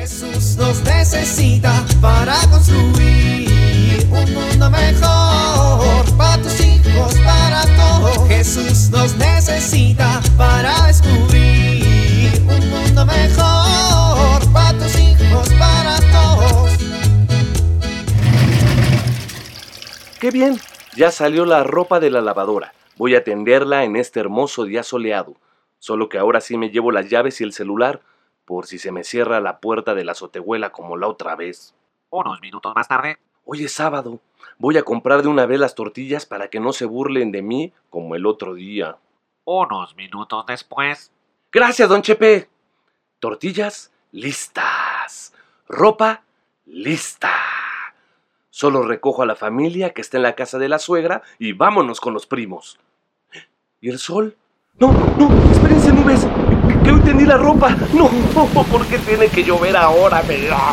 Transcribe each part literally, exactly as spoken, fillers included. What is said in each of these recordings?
Jesús nos necesita para construir un mundo mejor, para tus hijos, para todos. Jesús nos necesita para descubrir un mundo mejor, para tus hijos, para todos. ¡Qué bien! Ya salió la ropa de la lavadora. Voy a tenderla en este hermoso día soleado. Solo que ahora sí me llevo las llaves y el celular, por si se me cierra la puerta de la azotehuela como la otra vez. Unos minutos más tarde. Hoy es sábado. Voy a comprar de una vez las tortillas para que no se burlen de mí como el otro día. Unos minutos después. ¡Gracias, don Chepe! Tortillas listas. Ropa lista. Solo recojo a la familia que está en la casa de la suegra y vámonos con los primos. ¿Y el sol? ¡No, no! ¡Espérense, nubes! ¡Que hoy tendí la ropa! ¡No! ¿Por qué tiene que llover ahora?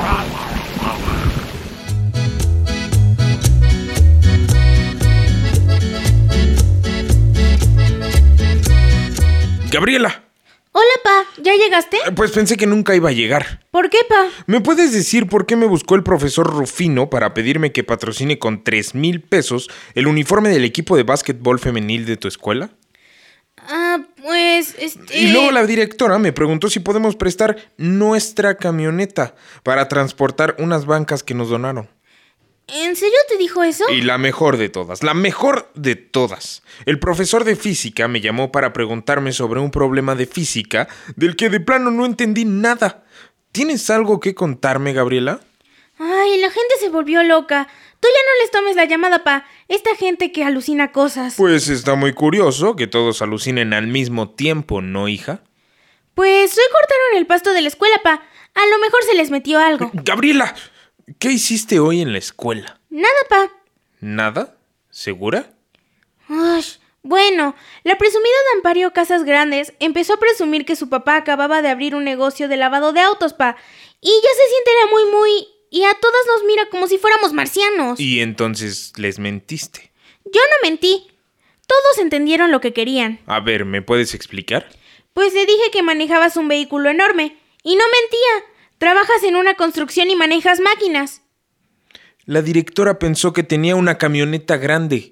¡Gabriela! Hola, pa, ¿ya llegaste? Pues pensé que nunca iba a llegar. ¿Por qué, pa? ¿Me puedes decir por qué me buscó el profesor Rufino para pedirme que patrocine con tres mil pesos el uniforme del equipo de básquetbol femenil de tu escuela? Ah, pues, este... Y luego la directora me preguntó si podemos prestar nuestra camioneta para transportar unas bancas que nos donaron. ¿En serio te dijo eso? Y la mejor de todas, la mejor de todas. El profesor de física me llamó para preguntarme sobre un problema de física del que de plano no entendí nada. ¿Tienes algo que contarme, Gabriela? Ay, la gente se volvió loca. Tú ya no les tomes la llamada, pa. Esta gente que alucina cosas. Pues está muy curioso que todos alucinen al mismo tiempo, ¿no, hija? Pues hoy cortaron el pasto de la escuela, pa. A lo mejor se les metió algo. ¡Gabriela! ¿Qué hiciste hoy en la escuela? Nada, pa. ¿Nada? ¿Segura? Uy, bueno, la presumida de Amparo Casas Grandes empezó a presumir que su papá acababa de abrir un negocio de lavado de autos, pa. Y ya se siente muy, muy... Y a todas nos mira como si fuéramos marcianos. ¿Y entonces les mentiste? Yo no mentí. Todos entendieron lo que querían. A ver, ¿me puedes explicar? Pues le dije que manejabas un vehículo enorme. Y no mentía. Trabajas en una construcción y manejas máquinas. La directora pensó que tenía una camioneta grande.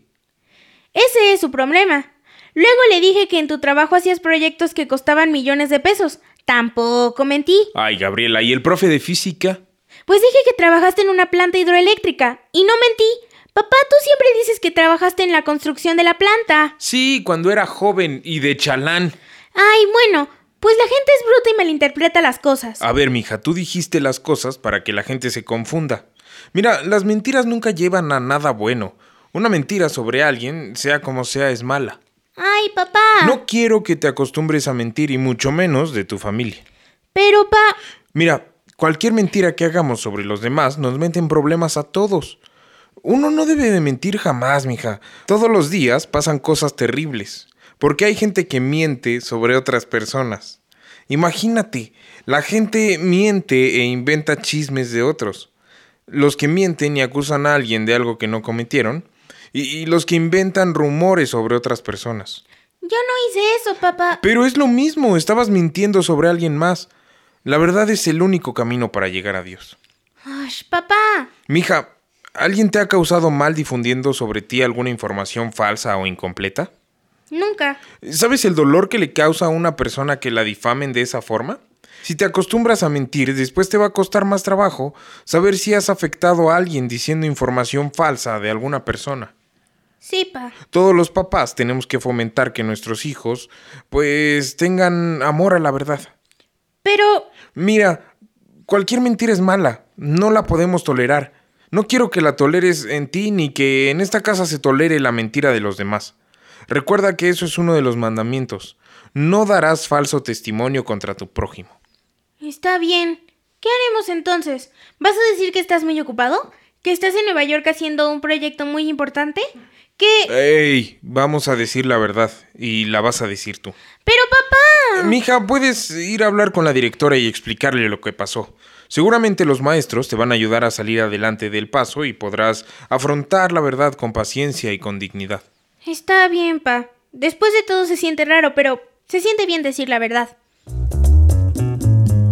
Ese es su problema. Luego le dije que en tu trabajo hacías proyectos que costaban millones de pesos. Tampoco mentí. Ay, Gabriela, ¿y el profe de física? Pues dije que trabajaste en una planta hidroeléctrica. Y no mentí. Papá, tú siempre dices que trabajaste en la construcción de la planta. Sí, cuando era joven y de chalán. Ay, bueno... Pues la gente es bruta y malinterpreta las cosas. A ver, mija, tú dijiste las cosas para que la gente se confunda. Mira, las mentiras nunca llevan a nada bueno. Una mentira sobre alguien, sea como sea, es mala. Ay, papá. No quiero que te acostumbres a mentir y mucho menos de tu familia. Pero, pa... Mira, cualquier mentira que hagamos sobre los demás nos mete en problemas a todos. Uno no debe de mentir jamás, mija. Todos los días pasan cosas terribles. Porque hay gente que miente sobre otras personas. Imagínate, la gente miente e inventa chismes de otros. Los que mienten y acusan a alguien de algo que no cometieron. Y, y los que inventan rumores sobre otras personas. Yo no hice eso, papá. Pero es lo mismo, estabas mintiendo sobre alguien más. La verdad es el único camino para llegar a Dios. Ay, papá. Mija, ¿alguien te ha causado mal difundiendo sobre ti alguna información falsa o incompleta? Nunca. ¿Sabes el dolor que le causa a una persona que la difamen de esa forma? Si te acostumbras a mentir, después te va a costar más trabajo saber si has afectado a alguien diciendo información falsa de alguna persona. Sí, pa. Todos los papás tenemos que fomentar que nuestros hijos, pues, tengan amor a la verdad. Pero... Mira, cualquier mentira es mala. No la podemos tolerar. No quiero que la toleres en ti ni que en esta casa se tolere la mentira de los demás. Recuerda que eso es uno de los mandamientos. No darás falso testimonio contra tu prójimo. Está bien. ¿Qué haremos entonces? ¿Vas a decir que estás muy ocupado? ¿Que estás en Nueva York haciendo un proyecto muy importante? ¿Que...? ¡Ey! Vamos a decir la verdad. Y la vas a decir tú. ¡Pero papá! Mija, puedes ir a hablar con la directora y explicarle lo que pasó. Seguramente los maestros te van a ayudar a salir adelante del paso y podrás afrontar la verdad con paciencia y con dignidad. Está bien, pa. Después de todo se siente raro, pero se siente bien decir la verdad.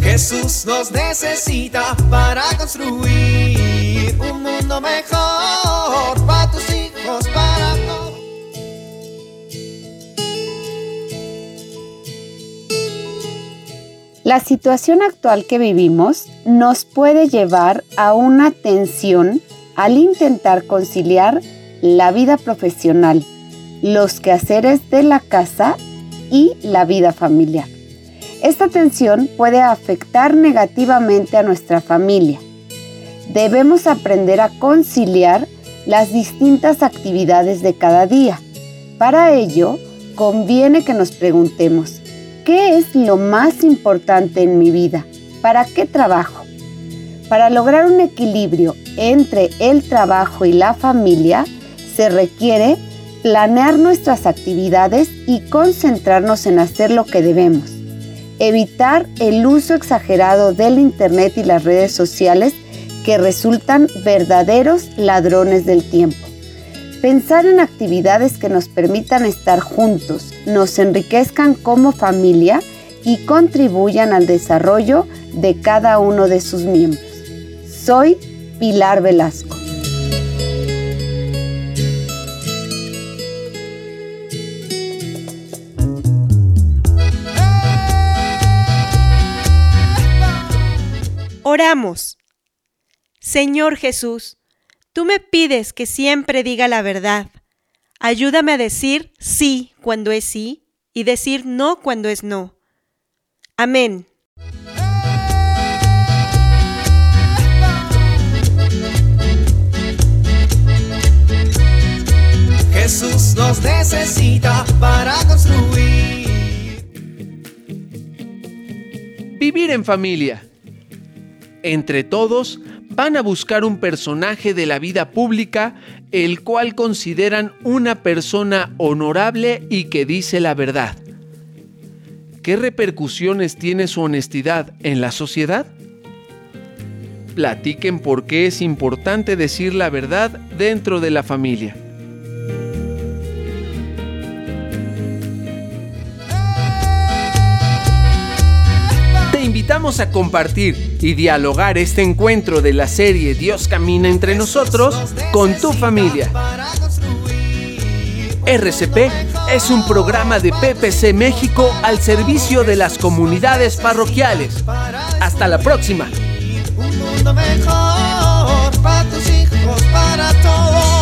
Jesús nos necesita para construir un mundo mejor para tus hijos, para todos. La situación actual que vivimos nos puede llevar a una tensión al intentar conciliar la vida profesional, los quehaceres de la casa y la vida familiar. Esta tensión puede afectar negativamente a nuestra familia. Debemos aprender a conciliar las distintas actividades de cada día. Para ello, conviene que nos preguntemos, ¿qué es lo más importante en mi vida? ¿Para qué trabajo? Para lograr un equilibrio entre el trabajo y la familia, se requiere planear nuestras actividades y concentrarnos en hacer lo que debemos. Evitar el uso exagerado del Internet y las redes sociales que resultan verdaderos ladrones del tiempo. Pensar en actividades que nos permitan estar juntos, nos enriquezcan como familia y contribuyan al desarrollo de cada uno de sus miembros. Soy Pilar Velasco. Oramos. Señor Jesús, tú me pides que siempre diga la verdad. Ayúdame a decir sí cuando es sí y decir no cuando es no. Amén. Jesús nos necesita para construir. Vivir en familia. Entre todos van a buscar un personaje de la vida pública, el cual consideran una persona honorable y que dice la verdad. ¿Qué repercusiones tiene su honestidad en la sociedad? Platiquen por qué es importante decir la verdad dentro de la familia. Te invitamos a compartir y dialogar este encuentro de la serie Dios camina entre nosotros con tu familia. R C P es un programa de P P C México al servicio de las comunidades parroquiales. Hasta la próxima. Un mundo mejor para tus hijos, para todos.